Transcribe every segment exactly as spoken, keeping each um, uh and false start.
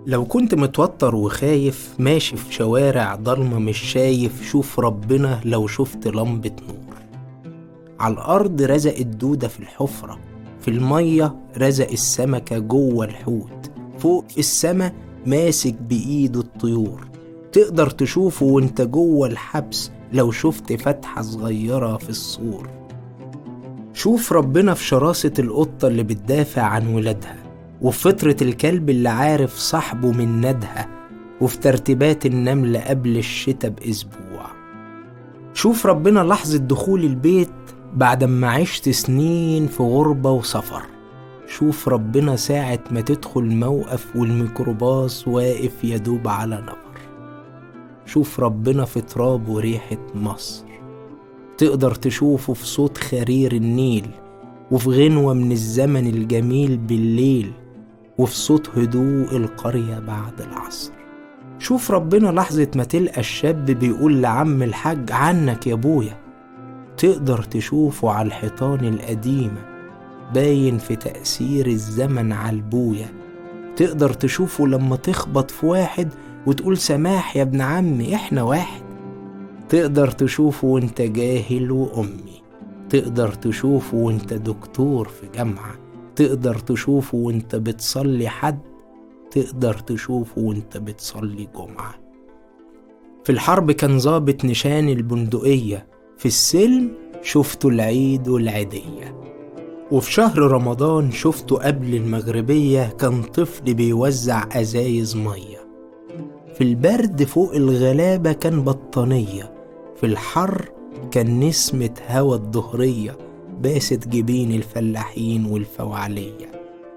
لو كنت متوتر وخايف ماشي في شوارع ضلمة مش شايف، شوف ربنا لو شفت لمبة نور. على الأرض رزق الدودة في الحفرة، في المية رزق السمكة جوه الحوت، فوق السما ماسك بإيده الطيور. تقدر تشوفه وانت جوه الحبس لو شفت فتحة صغيرة في السور. شوف ربنا في شراسة القطة اللي بتدافع عن ولادها، وفي فطرة الكلب اللي عارف صاحبه من ندها، وفي ترتيبات النمل قبل الشتاء بأسبوع. شوف ربنا لحظة دخول البيت بعد ما عشت سنين في غربة وسفر. شوف ربنا ساعة ما تدخل موقف والميكروباص واقف يدوب على نفر. شوف ربنا في تراب وريحة مصر. تقدر تشوفه في صوت خرير النيل، وفي غنوة من الزمن الجميل بالليل، وفي صوت هدوء القرية بعد العصر. شوف ربنا لحظة ما تلقى الشاب بيقول لعم الحاج عنك يا بويا. تقدر تشوفه على الحيطان القديمة باين في تأثير الزمن على البويا. تقدر تشوفه لما تخبط في واحد وتقول سماح يا ابن عمي احنا واحد. تقدر تشوفه وانت جاهل وأمي. تقدر تشوفه وانت دكتور في جامعة. تقدر تشوفه وانت بتصلي حد. تقدر تشوفه وانت بتصلي جمعة. في الحرب كان ضابط نشان البندقية، في السلم شفته العيد والعيدية. وفي شهر رمضان شفته قبل المغربية كان طفل بيوزع أزايز مية. في البرد فوق الغلابة كان بطانية. في الحر كان نسمة هوا الظهرية باست جبين الفلاحين والفوعلية.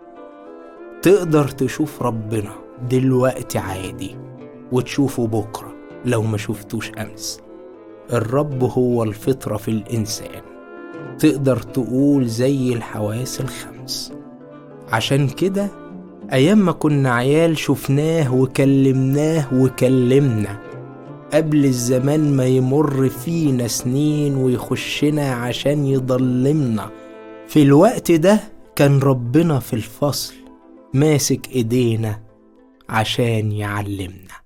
تقدر تشوف ربنا دلوقتي عادي، وتشوفه بكرة لو ما شفتوش أمس. الرب هو الفطرة في الإنسان، تقدر تقول زي الحواس الخمس. عشان كده أيام ما كنا عيال شفناه وكلمناه وكلمنا، قبل الزمان ما يمر فينا سنين ويخشنا عشان يضلمنا. في الوقت ده كان ربنا في الفصل ماسك ايدينا عشان يعلمنا.